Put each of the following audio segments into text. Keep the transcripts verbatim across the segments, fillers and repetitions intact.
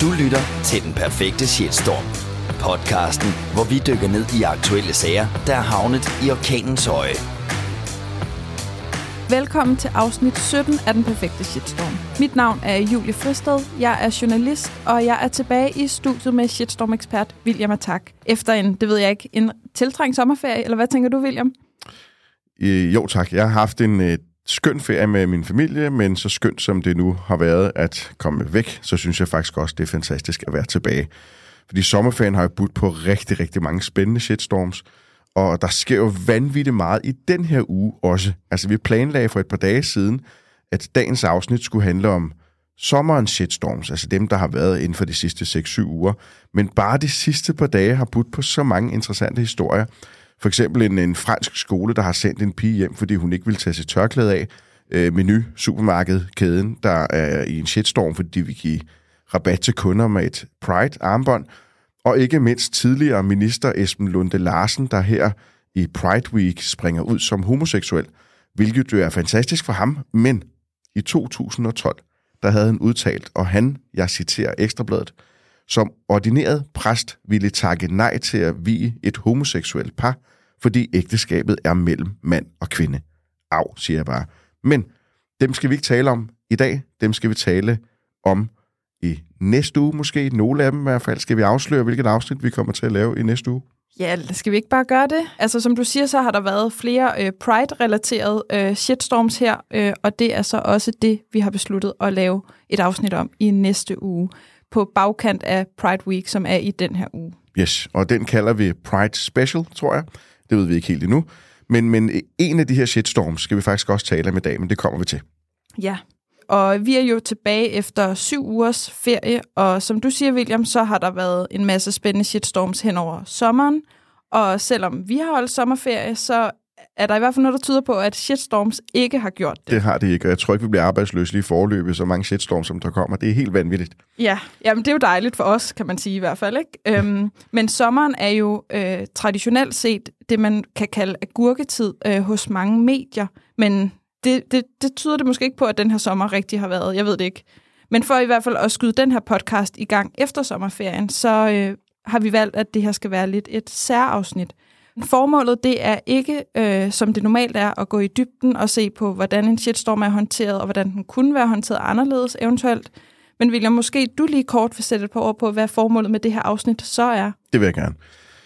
Du lytter til Den Perfekte Shitstorm. Podcasten, hvor vi dykker ned i aktuelle sager, der er havnet i orkanens øje. Velkommen til afsnit sytten af Den Perfekte Shitstorm. Mit navn er Julie Fristed, jeg er journalist, og jeg er tilbage i studiet med shitstorm-ekspert William Attack. Efter en, det ved jeg ikke, en tiltrængt sommerferie, eller hvad tænker du, William? Øh, jo tak, jeg har haft en øh, skøn ferie med min familie, men så skønt som det nu har været at komme væk, så synes jeg faktisk også, det er fantastisk at være tilbage. Fordi sommerferien har jo budt på rigtig, rigtig mange spændende shitstorms, og der sker jo vanvittigt meget i den her uge også. Altså, vi planlagde for et par dage siden, at dagens afsnit skulle handle om sommerens shitstorms, altså dem, der har været inden for de sidste seks syv uger. Men bare de sidste par dage har budt på så mange interessante historier. For eksempel en, en fransk skole, der har sendt en pige hjem, fordi hun ikke ville tage sit tørklæde af. Øh, Menu, supermarkedkæden, der er i en shitstorm, fordi de vil give rabat til kunder med et Pride-armbånd. Og ikke mindst tidligere minister Esben Lunde Larsen, der her i Pride Week springer ud som homoseksuel, hvilket jo er fantastisk for ham. Men i to tusind og tolv, der havde han udtalt, og han, jeg citerer Ekstrabladet, som ordineret præst ville takke nej til at vie et homoseksuelt par, fordi ægteskabet er mellem mand og kvinde. Au, siger jeg bare. Men dem skal vi ikke tale om i dag. Dem skal vi tale om i næste uge måske. Nogle af dem i hvert fald. Skal vi afsløre, hvilket afsnit vi kommer til at lave i næste uge? Ja, skal vi ikke bare gøre det? Altså, som du siger, så har der været flere øh, Pride-relaterede øh, shitstorms her, øh, og det er så også det, vi har besluttet at lave et afsnit om i næste uge, på bagkant af Pride Week, som er i den her uge. Yes, og den kalder vi Pride Special, tror jeg. Det ved vi ikke helt endnu. Men, men en af de her shitstorms skal vi faktisk også tale om i dag, men det kommer vi til. Ja, og vi er jo tilbage efter syv ugers ferie, og som du siger, William, så har der været en masse spændende shitstorms hen over sommeren, og selvom vi har holdt sommerferie, så er der i hvert fald noget, der tyder på, at shitstorms ikke har gjort det. Det har det ikke, og jeg tror ikke, vi bliver arbejdsløse lige i forløbet, så mange shitstorms, som der kommer. Det er helt vanvittigt. Ja, jamen det er jo dejligt for os, kan man sige i hvert fald, ikke? Øhm, men sommeren er jo øh, traditionelt set det, man kan kalde agurketid øh, hos mange medier, men det, det, det tyder det måske ikke på, at den her sommer rigtig har været. Jeg ved det ikke. Men for i hvert fald at skyde den her podcast i gang efter sommerferien, så øh, har vi valgt, at det her skal være lidt et særafsnit. Formålet, det er ikke, øh, som det normalt er, at gå i dybden og se på, hvordan en shitstorm er håndteret, og hvordan den kunne være håndteret anderledes eventuelt. Men William, måske du lige kort vil sætte et par ord på, hvad formålet med det her afsnit så er? Det vil jeg gerne.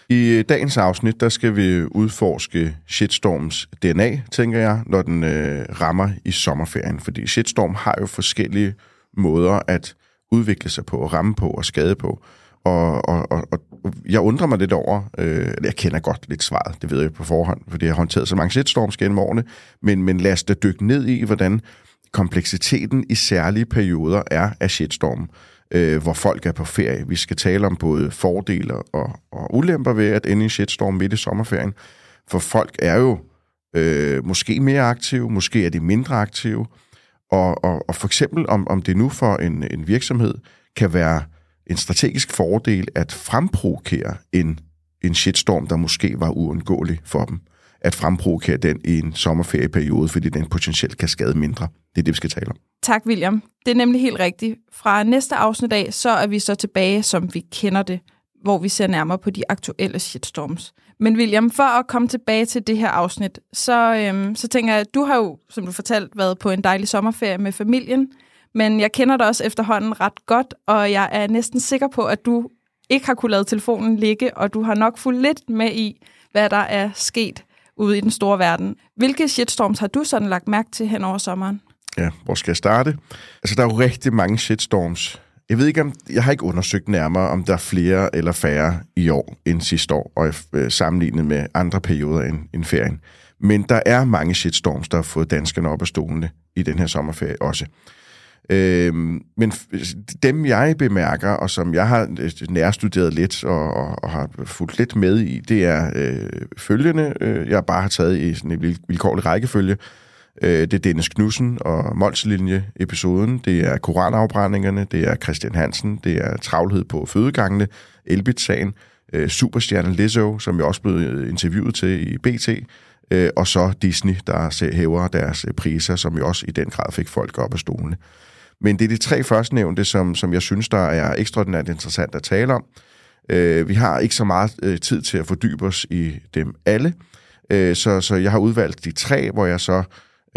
I dagens afsnit, der skal vi udforske shitstorms D N A, tænker jeg, når den øh, rammer i sommerferien. Fordi shitstorm har jo forskellige måder at udvikle sig på, ramme på og skade på. Og, og, og, og jeg undrer mig lidt over, øh, jeg kender godt lidt svaret, det ved jeg på forhånd, fordi jeg har håndteret så mange shitstorms gennem årene, men, men lad os da dykke ned i, hvordan kompleksiteten i særlige perioder er af shitstormen, øh, hvor folk er på ferie. Vi skal tale om både fordele og, og ulemper ved at ende i shitstorm midt i sommerferien, for folk er jo øh, måske mere aktive, måske er de mindre aktive, og, og, og for eksempel om, om det nu for en, en virksomhed kan være en strategisk fordel at fremprovokere en, en shitstorm, der måske var uundgåelig for dem. At fremprovokere den i en sommerferieperiode, fordi den potentielt kan skade mindre. Det er det, vi skal tale om. Tak, William. Det er nemlig helt rigtigt. Fra næste afsnit af, så er vi så tilbage, som vi kender det, hvor vi ser nærmere på de aktuelle shitstorms. Men William, for at komme tilbage til det her afsnit, så, øhm, så tænker jeg, at du har jo, som du fortalte, været på en dejlig sommerferie med familien. Men jeg kender dig også efterhånden ret godt, og jeg er næsten sikker på, at du ikke har kunnet lade telefonen ligge, og du har nok fulgt lidt med i, hvad der er sket ude i den store verden. Hvilke shitstorms har du sådan lagt mærke til hen over sommeren? Ja, hvor skal jeg starte? Altså, der er jo rigtig mange shitstorms. Jeg ved ikke, om jeg har ikke undersøgt nærmere, om der er flere eller færre i år end sidste år, og sammenlignet med andre perioder end, end ferien. Men der er mange shitstorms, der har fået danskerne op af stolene i den her sommerferie også. Øhm, men dem, jeg bemærker, og som jeg har nærstuderet lidt og, og, og har fulgt lidt med i, det er øh, følgende, øh, jeg bare har taget i sådan en vilkårlig rækkefølge. Øh, det er Dennis Knudsen og Molslinje-episoden, det er koranafbrændingerne, det er Christian Hansen, det er travlhed på fødegangene, Elbit-sagen, øh, superstjernen Lizzo, som jeg også blev interviewet til i B T, øh, og så Disney, der hæver deres priser, som jo også i den grad fik folk op af stolene. Men det er de tre førstnævnte, som, som jeg synes, der er ekstraordinært interessant at tale om. Øh, vi har ikke så meget øh, tid til at fordybe os i dem alle, øh, så, så jeg har udvalgt de tre, hvor jeg så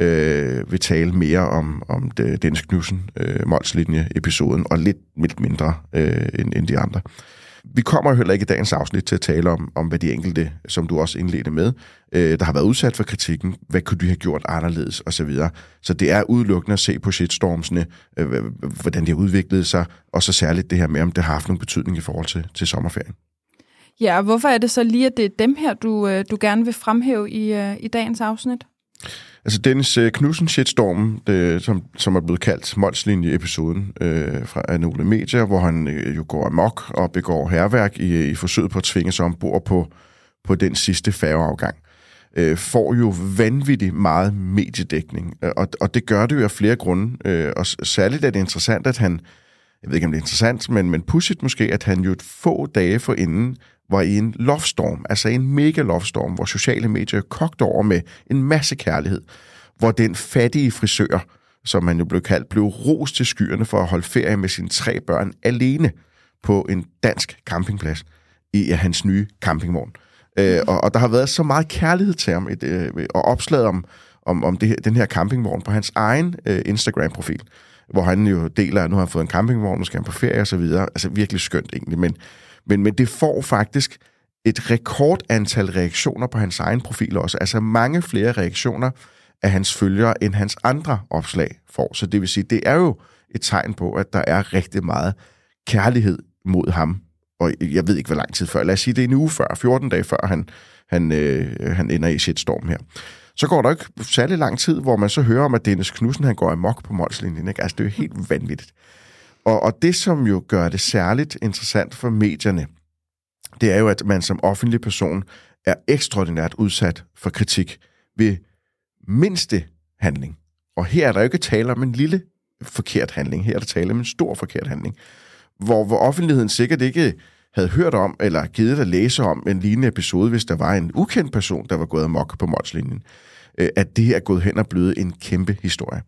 øh, vil tale mere om, om det, Dennis Knudsen øh, Mols-linje-episoden, og lidt, lidt mindre øh, end, end de andre. Vi kommer jo heller ikke i dagens afsnit til at tale om, om hvad de enkelte, som du også indledte med, øh, der har været udsat for kritikken, hvad kunne de have gjort anderledes osv. Så, så det er udelukkende at se på shitstormsene, øh, hvordan de har udviklet sig, og så særligt det her med, om det har haft nogen betydning i forhold til, til sommerferien. Ja, og hvorfor er det så lige, at det er dem her, du, du gerne vil fremhæve i, i dagens afsnit? Altså Dennis Knudsen shitstormen, det, som, som er blevet kaldt Mols-linje-episoden øh, fra af nogle medier, hvor han øh, jo går amok og begår hærværk i, i forsøget på at tvinge sig ombord på, på den sidste færgeafgang, øh, får jo vanvittigt meget mediedækning. Og, og det gør det jo af flere grunde. Øh, og særligt er det interessant, at han, jeg ved ikke om det er interessant, men, men pudsigt måske, at han jo et få dage forinden var i en lovestorm, altså en mega lovestorm, hvor sociale medier kogte over med en masse kærlighed, hvor den fattige frisør, som man jo blev kaldt, blev rost til skyerne for at holde ferie med sine tre børn alene på en dansk campingplads i hans nye campingvogn. Mm. Øh, og, og der har været så meget kærlighed til ham, et, øh, og opslaget om, om, om det, den her campingvogn på hans egen øh, Instagram-profil, hvor han jo deler, at nu har han fået en campingvogn, nu skal han på ferie og så videre. Altså virkelig skønt egentlig, men Men, men det får faktisk et rekordantal reaktioner på hans egen profil også. Altså mange flere reaktioner af hans følgere, end hans andre opslag får. Så det vil sige, det er jo et tegn på, at der er rigtig meget kærlighed mod ham. Og jeg ved ikke, hvor lang tid før. Lad os sige, det er en uge før, fjorten dage før, han, han, øh, han ender i shitstorm her. Så går der ikke særlig lang tid, hvor man så hører om, at Dennis Knudsen, han går amok på Mols-linjen. Ikke? Altså, det er jo helt vanvittigt. Og, og det, som jo gør det særligt interessant for medierne, det er jo, at man som offentlig person er ekstraordinært udsat for kritik ved mindste handling. Og her er der jo ikke tale om en lille forkert handling. Her er der tale om en stor forkert handling. Hvor, hvor offentligheden sikkert ikke havde hørt om, eller givet at læse om en lignende episode, hvis der var en ukendt person, der var gået amok på Mols-linjen. At det her er gået hen og blevet en kæmpe historie.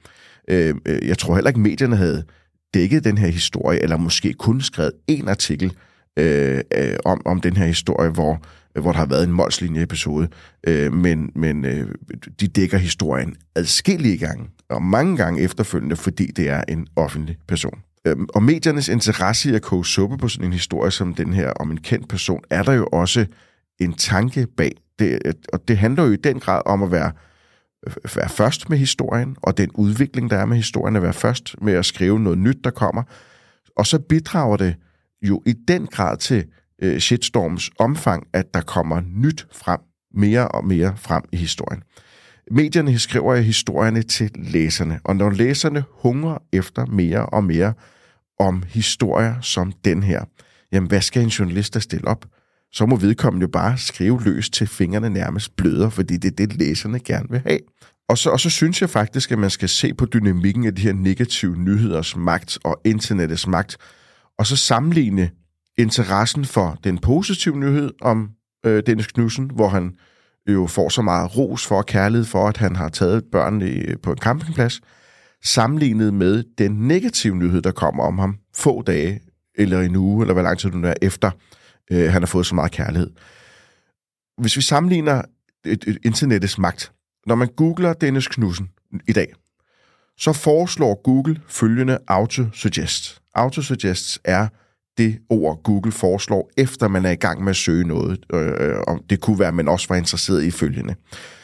Jeg tror heller ikke, medierne havde dækket den her historie, eller måske kun skrevet en artikel øh, øh, om, om den her historie, hvor, hvor der har været en Mols-linje-episode, øh, men, men øh, de dækker historien adskillige gange, og mange gange efterfølgende, fordi det er en offentlig person. Øh, og mediernes interesse i at koge suppe på sådan en historie som den her om en kendt person, er der jo også en tanke bag. Det, og det handler jo i den grad om at være være først med historien, og den udvikling, der er med historien, at være først med at skrive noget nyt, der kommer. Og så bidrager det jo i den grad til øh, shitstorms omfang, at der kommer nyt frem, mere og mere frem i historien. Medierne skriver historierne til læserne, og når læserne hungrer efter mere og mere om historier som den her, jamen hvad skal en journalist da stille op? Så må vedkommende jo bare skrive løs til fingrene nærmest bløder, fordi det er det, læserne gerne vil have. Og så, og så synes jeg faktisk, at man skal se på dynamikken af de her negative nyheders magt og internettets magt, og så sammenligne interessen for den positive nyhed om øh, Dennis Knudsen, hvor han jo får så meget ros for og kærlighed for, at han har taget børnene på en campingplads, sammenlignet med den negative nyhed, der kommer om ham få dage, eller en uge, eller hvor lang tid det er efter, øh, han har fået så meget kærlighed. Hvis vi sammenligner et, et internettets magt, når man googler Dennis Knudsen i dag, så foreslår Google følgende autosuggest. Autosuggests er det ord, Google foreslår, efter man er i gang med at søge noget. Øh, og det kunne være, at man også var interesseret i følgende.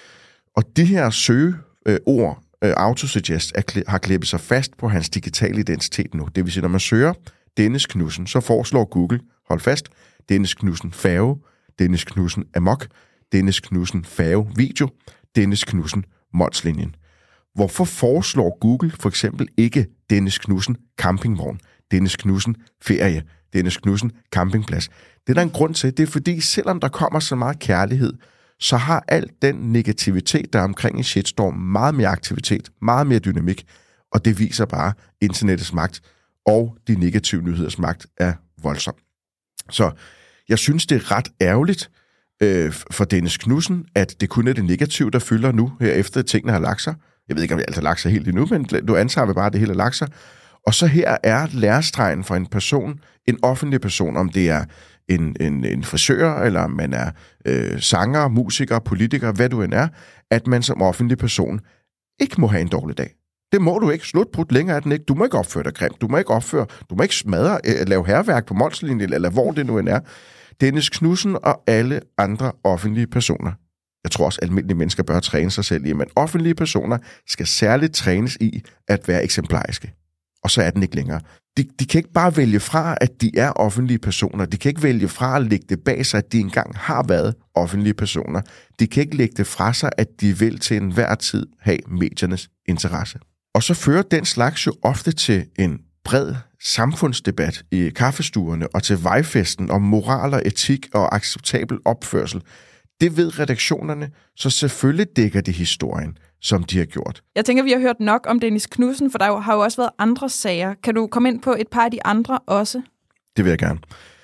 Og de her søgeord, øh, autosuggest, er, har klippet sig fast på hans digitale identitet nu. Det vil sige, når man søger Dennis Knudsen, så foreslår Google, hold fast, Dennis Knudsen færge, Dennis Knudsen amok, Dennis Knudsen færge video, Dennis Knudsen Mols-linjen. Hvorfor foreslår Google for eksempel ikke Dennis Knudsen campingvogn, Dennis Knudsen ferie, Dennis Knudsen campingplads? Det er der en grund til. Det er fordi, selvom der kommer så meget kærlighed, så har al den negativitet, der er omkring en shitstorm, meget mere aktivitet, meget mere dynamik, og det viser bare internettets magt, og de negative nyheders magt er voldsom. Så jeg synes, det er ret ærgerligt øh, for Dennis Knudsen, at det kun er det negative, der fylder nu, her efter tingene har lagt sig. Jeg ved ikke, om det alt har lagt sig helt endnu, men du antager vi bare, at det hele har lagt sig. Og så her er lærestregen for en person, en offentlig person, om det er en, en, en frisør, eller man er øh, sanger, musiker, politiker, hvad du end er, at man som offentlig person ikke må have en dårlig dag. Det må du ikke. Slutbrud længere er den ikke. Du må ikke opføre dig grimt. Du må ikke opføre, du må ikke smadre, øh, lave hærværk på Molslinjen, eller hvor det nu end er. Dennis Knudsen og alle andre offentlige personer. Jeg tror også, at almindelige mennesker bør træne sig selv i, men offentlige personer skal særligt trænes i at være eksemplariske. Og så er den ikke længere. De, de kan ikke bare vælge fra, at de er offentlige personer. De kan ikke vælge fra at lægge det bag sig, at de engang har været offentlige personer. De kan ikke lægge det fra sig, at de vil til enhver tid have mediernes interesse. Og så fører den slags jo ofte til en bred samfundsdebat i kaffestuerne og til vejfesten om moral og etik og acceptabel opførsel. Det ved redaktionerne, så selvfølgelig dækker de historien, som de har gjort. Jeg tænker, vi har hørt nok om Dennis Knudsen, for der har jo også været andre sager. Kan du komme ind på et par af de andre også? Det vil jeg gerne.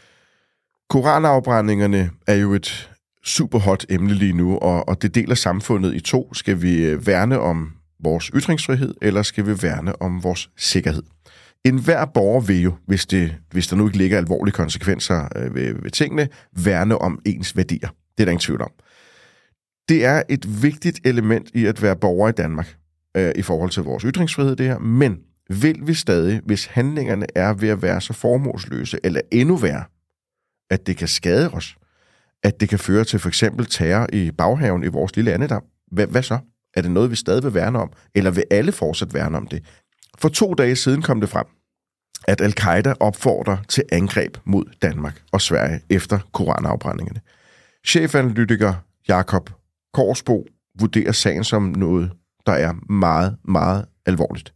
Koranafbrændingerne er jo et super hot emne lige nu, og, og det deler samfundet i to. Skal vi værne om vores ytringsfrihed, eller skal vi værne om vores sikkerhed? En hver borger vil jo, hvis, det, hvis der nu ikke ligger alvorlige konsekvenser ved, ved tingene, værne om ens værdier. Det er der ingen tvivl om. Det er et vigtigt element i at være borger i Danmark, øh, i forhold til vores ytringsfrihed, det her. Men vil vi stadig, hvis handlingerne er ved at være så formålsløse, eller endnu værre, at det kan skade os, at det kan føre til for eksempel terror i baghaven i vores lille andedam, hvad, hvad så? Er det noget, vi stadig vil værne om? Eller vil alle fortsat værne om det? For to dage siden kom det frem, at Al-Qaida opfordrer til angreb mod Danmark og Sverige efter koranafbrændingerne. Chefanalytiker Jakob Korsbo vurderer sagen som noget, der er meget, meget alvorligt.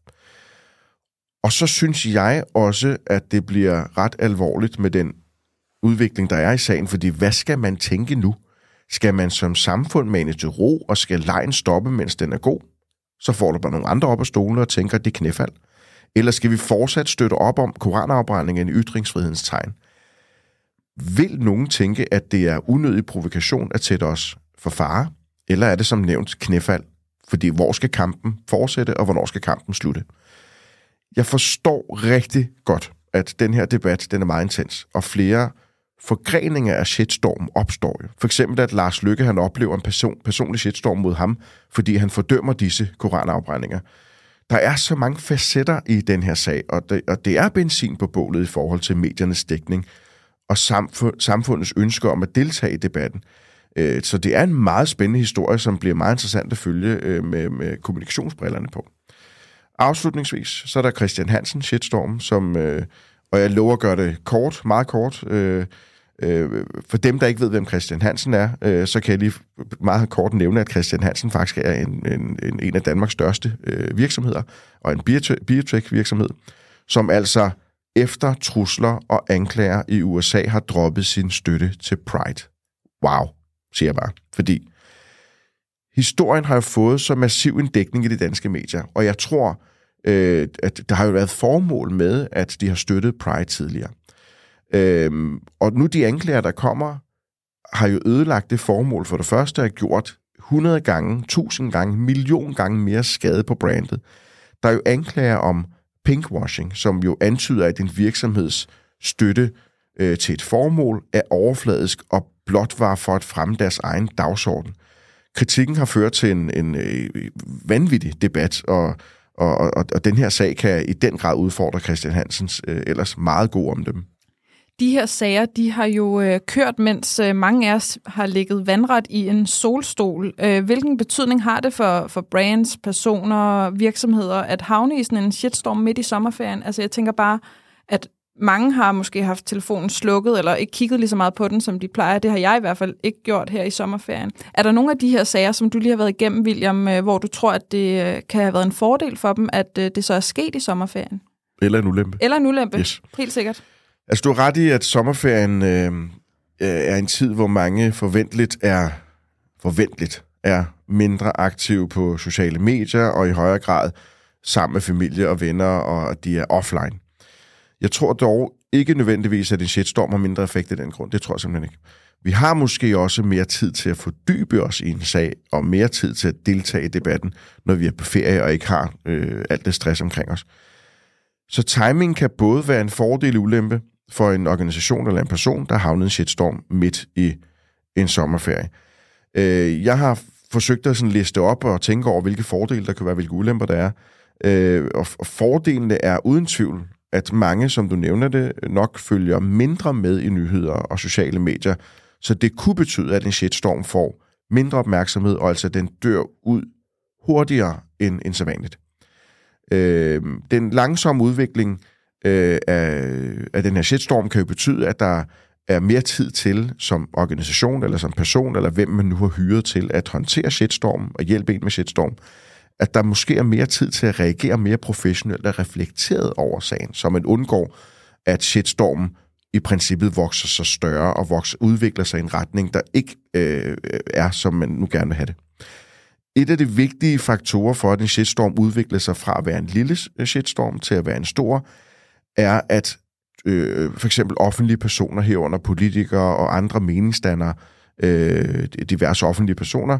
Og så synes jeg også, at det bliver ret alvorligt med den udvikling, der er i sagen, fordi hvad skal man tænke nu? Skal man som samfund mane til ro, og skal lejen stoppe, mens den er god? Så får du bare nogle andre op af stolen og tænker, at det er knæfald. Eller skal vi fortsat støtte op om koranafbrændingen i ytringsfrihedens tegn? Vil nogen tænke, at det er unødig provokation at sætte os for fare? Eller er det som nævnt knæfald? Fordi hvor skal kampen fortsætte, og hvornår skal kampen slutte? Jeg forstår rigtig godt, at den her debat den er meget intens, og flere forgreninger af shitstorm opstår jo. For eksempel, at Lars Løkke han oplever en person, personlig shitstorm mod ham, fordi han fordømmer disse koranafbrændinger. Der er så mange facetter i den her sag, og det, og det er benzin på bålet i forhold til mediernes dækning og samfund, samfundets ønsker om at deltage i debatten. Så det er en meget spændende historie, som bliver meget interessant at følge med, med kommunikationsbrillerne på. Afslutningsvis, så er der Christian Hansen, shitstorm, som, og jeg lover at gøre det kort, meget kort. For dem, der ikke ved, hvem Christian Hansen er, så kan jeg lige meget kort nævne, at Christian Hansen faktisk er en, en, en af Danmarks største virksomheder, og en biotech-virksomhed, som altså efter trusler og anklager i U S A har droppet sin støtte til Pride. Wow, siger jeg bare. Fordi historien har jo fået så massiv en dækning i de danske medier, og jeg tror, øh, at der har jo været formål med, at de har støttet Pride tidligere. Øh, og nu de anklager, der kommer, har jo ødelagt det formål. For det første har gjort hundrede gange, tusind gange, million gange mere skade på brandet. Der er jo anklager om pinkwashing, som jo antyder, at en virksomheds støtte øh, til et formål er overfladisk og blot var for at fremme deres egen dagsorden. Kritikken har ført til en, en øh, vanvittig debat, og, og, og, og den her sag kan i den grad udfordre Christian Hansens øh, ellers meget god om dem. De her sager, de har jo øh, kørt, mens øh, mange af os har ligget vandret i en solstol. Øh, hvilken betydning har det for, for brands, personer, virksomheder at havne i sådan en shitstorm midt i sommerferien? Altså jeg tænker bare, at mange har måske haft telefonen slukket, eller ikke kigget lige så meget på den, som de plejer. Det har jeg i hvert fald ikke gjort her i sommerferien. Er der nogle af de her sager, som du lige har været igennem, William, hvor du tror, at det kan have været en fordel for dem, at det så er sket i sommerferien? Eller en ulempe. Eller en ulempe, yes. Helt sikkert. Altså du har ret i, at sommerferien øh, er en tid, hvor mange forventeligt er, forventeligt er mindre aktive på sociale medier, og i højere grad sammen med familie og venner, og de er offline. Jeg tror dog ikke nødvendigvis, at en shitstorm har mindre effekt af den grund. Det tror jeg simpelthen ikke. Vi har måske også mere tid til at fordybe os i en sag, og mere tid til at deltage i debatten, når vi er på ferie og ikke har øh, alt det stress omkring os. Så timing kan både være en fordel og ulempe for en organisation eller en person, der har havnet i en shitstorm midt i en sommerferie. Øh, jeg har forsøgt at sådan liste op og tænke over, hvilke fordele der kan være, hvilke ulemper der er. Øh, og fordelene er uden tvivl, at mange, som du nævner det, nok følger mindre med i nyheder og sociale medier. Så det kunne betyde, at en shitstorm får mindre opmærksomhed, og altså den dør ud hurtigere end, end så vanligt. Øh, den langsomme udvikling øh, af, af den her shitstorm kan jo betyde, at der er mere tid til som organisation eller som person, eller hvem man nu har hyret til at håndtere shitstorm og hjælpe en med shitstorm, at der måske er mere tid til at reagere mere professionelt og reflekteret over sagen, så man undgår, at shitstormen i princippet vokser sig større og vokser, udvikler sig i en retning, der ikke øh, er, som man nu gerne vil have det. Et af de vigtige faktorer for, at en shitstorm udvikler sig fra at være en lille shitstorm til at være en stor, er, at øh, for eksempel offentlige personer herunder politikere og andre meningsdannere, øh, diverse offentlige personer,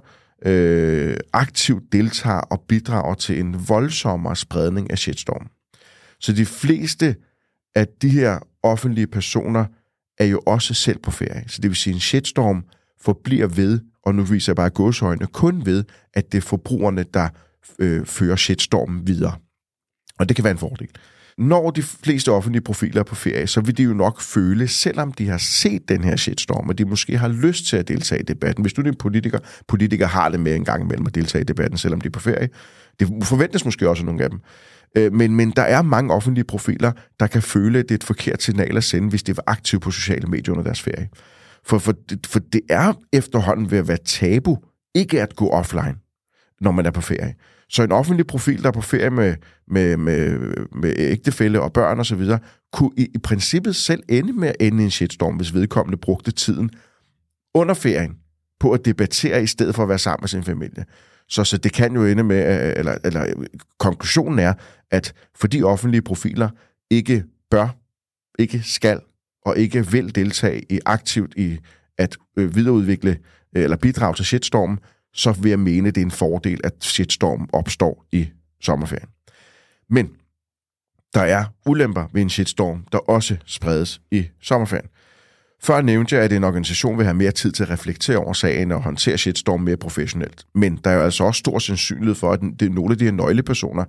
øh, aktivt deltager og bidrager til en voldsommere spredning af shitstorm. Så de fleste af de her offentlige personer er jo også selv på ferie. Så det vil sige, at en shitstorm forbliver ved, og nu viser jeg bare gåseøjne, kun ved, at det er forbrugerne, der øh, fører shitstormen videre. Og det kan være en fordel. Når de fleste offentlige profiler er på ferie, så vil de jo nok føle, selvom de har set den her shitstorm, og de måske har lyst til at deltage i debatten. Hvis du er en politiker, politikere har det med en gang imellem at deltage i debatten, selvom de er på ferie. Det forventes måske også nogle af dem. Men, men der er mange offentlige profiler, der kan føle, at det er et forkert signal at sende, hvis de var aktive på sociale medier under deres ferie. For, for, for det er efterhånden ved at være tabu, ikke at gå offline, når man er på ferie. Så en offentlig profil, der er på ferie med, med, med, med ægtefælle og børn osv., kunne i, i princippet selv ende med at ende i en shitstorm, hvis vedkommende brugte tiden under ferien på at debattere i stedet for at være sammen med sin familie. Så, så det kan jo ende med, eller, eller konklusionen er, at fordi offentlige profiler ikke bør, ikke skal og ikke vil deltage i aktivt i at øh, videreudvikle eller bidrage til shitstormen, så vil jeg mene, at det er en fordel, at shitstormen opstår i sommerferien. Men der er ulemper ved en shitstorm, der også spredes i sommerferien. Før nævnte jeg, at en organisation vil have mere tid til at reflektere over sagen og håndtere shitstorm mere professionelt. Men der er jo altså også stor sandsynlighed for, at det er nogle af de her nøglepersoner,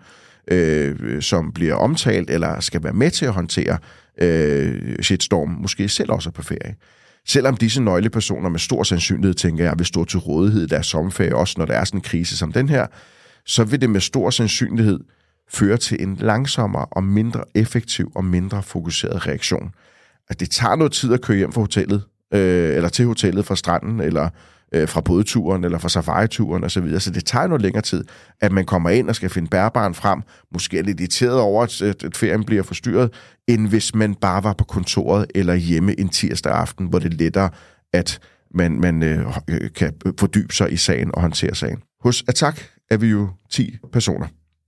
øh, som bliver omtalt eller skal være med til at håndtere øh, shitstorm, måske selv også er på ferie. Selvom disse nøglepersoner med stor sandsynlighed, tænker jeg, vil stå til rådighed i deres sommerferie, også når der er sådan en krise som den her, så vil det med stor sandsynlighed føre til en langsommere og mindre effektiv og mindre fokuseret reaktion. At det tager noget tid at køre hjem fra hotellet, øh, eller til hotellet fra stranden, eller øh, fra bådturen, eller fra safari-turen osv., så det tager noget længere tid, at man kommer ind og skal finde bærbaren frem, måske er lidt irriteret over, at, at ferien bliver forstyrret, end hvis man bare var på kontoret eller hjemme en tirsdag aften, hvor det er lettere, at man, man øh, kan fordybe sig i sagen og håndtere sagen. Hos Attack er vi jo ti personer,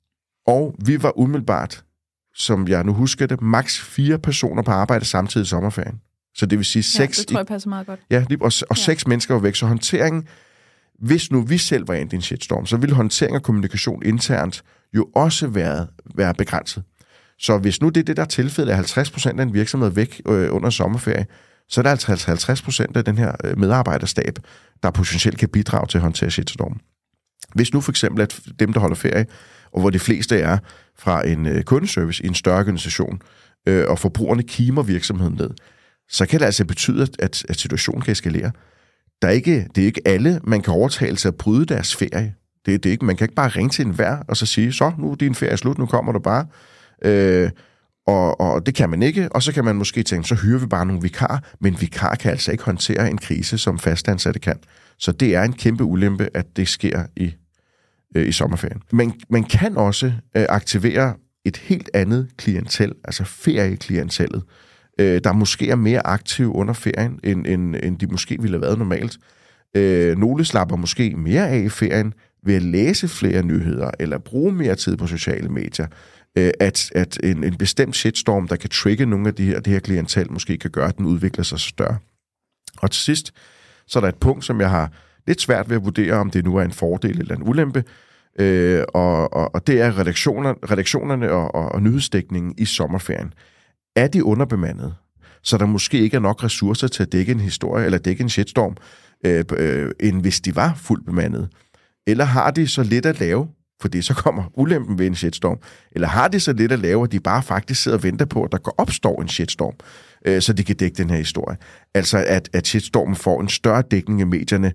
og vi var umiddelbart, som jeg nu husker det, maks fire personer på arbejde samtidig i sommerferien. Så det vil sige seks... Ja, det tror jeg passer meget godt. Ja, og, og ja. seks mennesker var væk. Så håndteringen, hvis nu vi selv var endt i en shitstorm, så ville håndtering og kommunikation internt jo også være, være begrænset. Så hvis nu det er det, der er tilfældet, er halvtreds procent af en virksomhed væk øh, under sommerferie, så er der altså halvtreds procent af den her øh, medarbejderstab, der potentielt kan bidrage til at håndtere shitstormen. Hvis nu for eksempel, at dem, der holder ferie, og hvor de fleste er fra en øh, kundeservice i en større organisation, øh, og forbrugerne kimer virksomheden ned, så kan det altså betyde, at, at situationen kan eskalere. Der er ikke, det er ikke alle, man kan overtale til at bryde deres ferie. Det, det er ikke, man kan ikke bare ringe til enhver og så sige, så nu er din ferie slut, nu kommer du bare. Øh, og, og det kan man ikke, og så kan man måske tænke, så hyrer vi bare nogle vikarer, men vikarer kan altså ikke håndtere en krise, som fastansatte kan. Så det er en kæmpe ulempe, at det sker i, øh, i sommerferien. Man, man kan også øh, aktivere et helt andet klientel, altså ferieklientellet, øh, der måske er mere aktive under ferien, end, end, end de måske ville have været normalt. Øh, nogle slapper måske mere af i ferien ved at læse flere nyheder, eller bruge mere tid på sociale medier. At, at en, en bestemt shitstorm, der kan trigge nogle af de her, det her klientel, måske kan gøre, at den udvikler sig større. Og til sidst, så er der et punkt, som jeg har lidt svært ved at vurdere, om det nu er en fordel eller en ulempe. Øh, og, og, og det er redaktioner, redaktionerne og, og, og nyhedsdækningen i sommerferien. Er de underbemandet, så der måske ikke er nok ressourcer til at dække en historie eller dække en shitstorm, øh, øh, end hvis de var fuldt bemandet? Eller har de så lidt at lave, fordi så kommer ulempen ved en shitstorm, eller har de så lidt at lave, at de bare faktisk sidder og venter på, at der opstår en shitstorm, øh, så de kan dække den her historie? Altså, at, at shitstormen får en større dækning af medierne,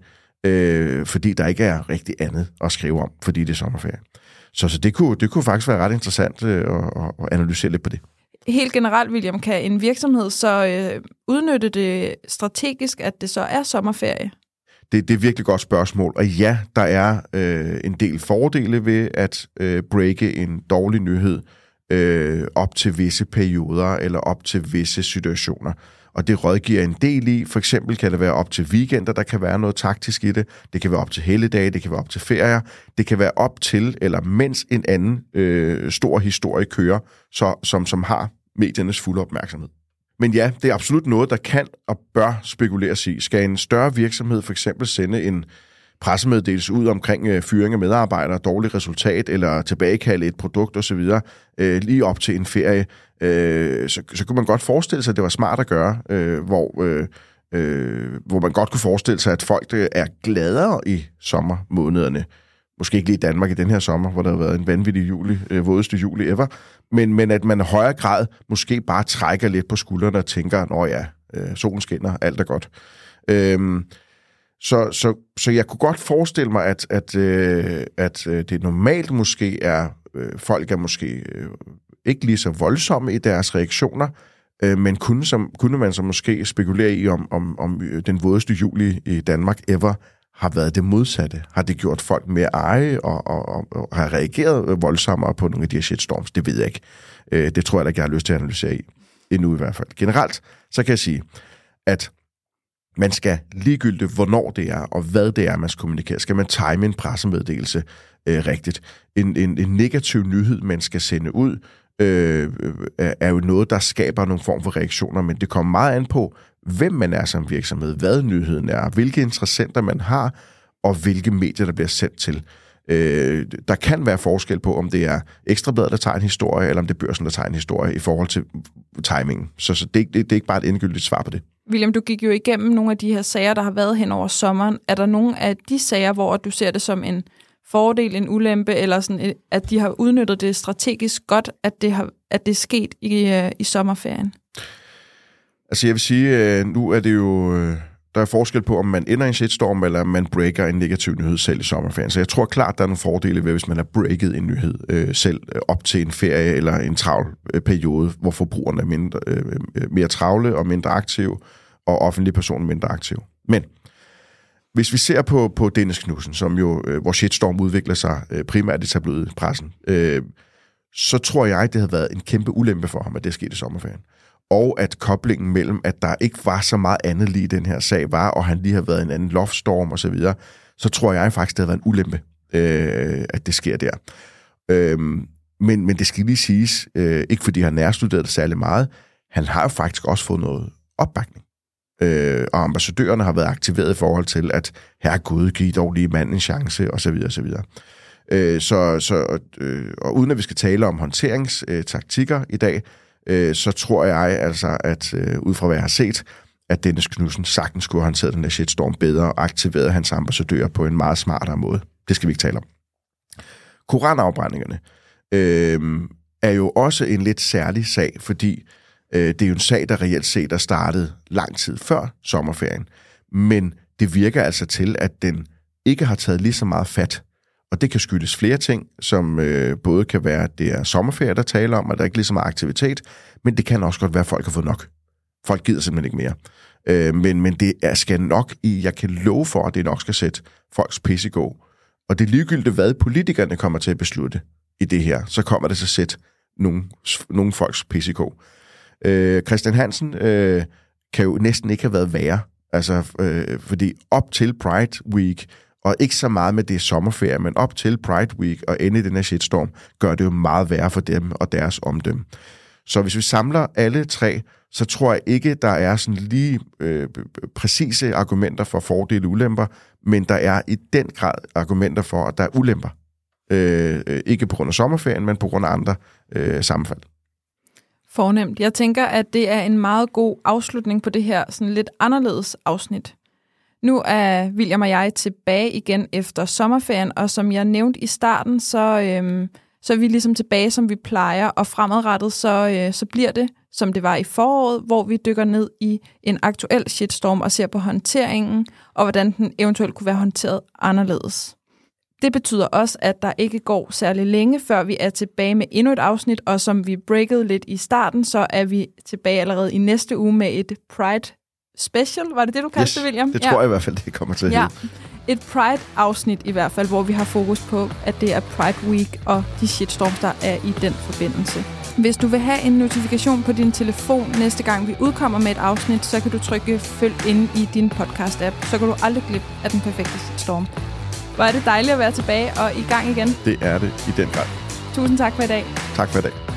øh, fordi der ikke er rigtig andet at skrive om, fordi det er sommerferie. Så, så det, kunne, det kunne faktisk være ret interessant øh, at, at analysere lidt på det. Helt generelt, William, kan en virksomhed så øh, udnytte det strategisk, at det så er sommerferie? Det, det er et virkelig godt spørgsmål, og ja, der er øh, en del fordele ved at øh, breake en dårlig nyhed øh, op til visse perioder eller op til visse situationer. Og det rådgiver en del i. For eksempel kan det være op til weekender, der kan være noget taktisk i det. Det kan være op til helligdage, det kan være op til ferier. Det kan være op til, eller mens en anden øh, stor historie kører, så, som, som har mediernes fulde opmærksomhed. Men ja, det er absolut noget, der kan og bør spekuleres i. Skal en større virksomhed for eksempel sende en pressemeddelelse ud omkring øh, fyring af medarbejdere, dårligt resultat, eller tilbagekalde et produkt osv., øh, lige op til en ferie, øh, så, så kunne man godt forestille sig, at det var smart at gøre, øh, hvor, øh, øh, hvor man godt kunne forestille sig, at folk øh, er gladere i sommermånederne. Måske ikke lige i Danmark i den her sommer, hvor der har været en vanvittig juli, øh, vådeste juli ever, men, men at man i højere grad måske bare trækker lidt på skuldrene og tænker, nå ja, øh, solen skinner, alt er godt. Øh, Så, så, så jeg kunne godt forestille mig, at, at, øh, at øh, det normalt måske er, øh, folk er måske øh, ikke lige så voldsomme i deres reaktioner, øh, men kunne, som, kunne man så måske spekulere i, om, om, om den vådeste juli i Danmark ever har været det modsatte. Har det gjort folk mere eje og, og, og, og har reageret voldsommere på nogle af de her shitstorms? Det ved jeg ikke. Øh, det tror jeg da ikke, jeg har lyst til at analysere i. Endnu i hvert fald. Generelt, så kan jeg sige, at man skal ligegyldigt, hvornår det er, og hvad det er, man skal kommunikere. Skal man time en pressemeddelelse øh, rigtigt? En, en, en negativ nyhed, man skal sende ud, øh, er jo noget, der skaber nogle form for reaktioner, men det kommer meget an på, hvem man er som virksomhed, hvad nyheden er, hvilke interessenter man har, og hvilke medier, der bliver sendt til. Øh, der kan være forskel på, om det er Ekstrabladet, der tager en historie, eller om det er Børsen, der tager en historie i forhold til timingen. Så, så det, det, det er ikke bare et endegyldigt svar på det. William, du gik jo igennem nogle af de her sager, der har været hen over sommeren. Er der nogle af de sager, hvor du ser det som en fordel, en ulempe, eller sådan, at de har udnyttet det strategisk godt, at det, har, at det er sket i, i sommerferien? Altså jeg vil sige, nu er det jo, der er forskel på, om man ender i en shitstorm, eller man breaker en negativ nyhed selv i sommerferien. Så jeg tror klart, der er nogle fordele ved, hvis man har breaket en nyhed øh, selv op til en ferie eller en travl øh, periode, hvor forbrugerne er mindre, øh, mere travle og mindre aktive, og offentlige personer mindre aktive. Men hvis vi ser på, på Dennis Knudsen, som jo, øh, hvor shitstorm udvikler sig øh, primært i tabloidpressen, øh, så tror jeg, det havde været en kæmpe ulempe for ham, at det skete i sommerferien. Og at koblingen mellem, at der ikke var så meget andet lige i den her sag, var, og han lige har været en anden loftstorm og så videre, så tror jeg faktisk, det havde været en ulempe, øh, at det sker der. Øh, men, men det skal lige siges, øh, ikke fordi han nærstuderet det særlig meget, han har jo faktisk også fået noget opbakning. Øh, og ambassadørerne har været aktiveret i forhold til, at herregud, giv dog lige manden en chance, og så videre, og så videre. Øh, så, så, øh, og uden at vi skal tale om håndteringstaktikker i dag, øh, så tror jeg altså, at øh, ud fra hvad jeg har set, at Dennis Knudsen sagtens skulle have håndteret den der shitstorm bedre og aktiveret hans ambassadører på en meget smartere måde. Det skal vi ikke tale om. Koranafbrændingerne øh, er jo også en lidt særlig sag, fordi det er jo en sag, der reelt set er startet lang tid før sommerferien, men det virker altså til, at den ikke har taget lige så meget fat. Og det kan skyldes flere ting, som øh, både kan være, at det er sommerferie, der taler om, at der ikke er lige så meget aktivitet, men det kan også godt være, at folk har fået nok. Folk gider simpelthen ikke mere. Øh, men, men det er, skal nok i, jeg kan love for, at det nok skal sætte folks pisse i gå. Og det er ligegyldigt, hvad politikerne kommer til at beslutte i det her, så kommer det til at sætte nogle, nogle folks pisse i gå. Øh, Christian Hansen øh, kan jo næsten ikke have været værre, altså, øh, fordi op til Pride Week, og ikke så meget med det sommerferie, men op til Pride Week og ende i den her shitstorm, gør det jo meget værre for dem og deres omdømme. Så hvis vi samler alle tre, så tror jeg ikke, der er sådan lige øh, præcise argumenter for fordele og ulemper, men der er i den grad argumenter for, at der er ulemper Øh, ikke på grund af sommerferien, men på grund af andre øh, sammenfald. Fornemt. Jeg tænker, at det er en meget god afslutning på det her sådan lidt anderledes afsnit. Nu er William og jeg tilbage igen efter sommerferien, og som jeg nævnte i starten, så, øhm, så er vi ligesom tilbage, som vi plejer, og fremadrettet, så, øh, så bliver det, som det var i foråret, hvor vi dykker ned i en aktuel shitstorm og ser på håndteringen, og hvordan den eventuelt kunne være håndteret anderledes. Det betyder også, at der ikke går særlig længe, før vi er tilbage med endnu et afsnit, og som vi breakede lidt i starten, så er vi tilbage allerede i næste uge med et Pride Special. Var det det, du kaldte yes, det, William? det tror ja. jeg i hvert fald, det kommer til at ja. hedde. Et Pride-afsnit i hvert fald, hvor vi har fokus på, at det er Pride Week og de shitstorms, der er i den forbindelse. Hvis du vil have en notifikation på din telefon næste gang vi udkommer med et afsnit, så kan du trykke følg inde i din podcast-app. Så kan du aldrig glip af den perfekte shitstorm. Hvor er det dejligt at være tilbage og i gang igen. Det er det i den grad. Tusind tak for i dag. Tak for i dag.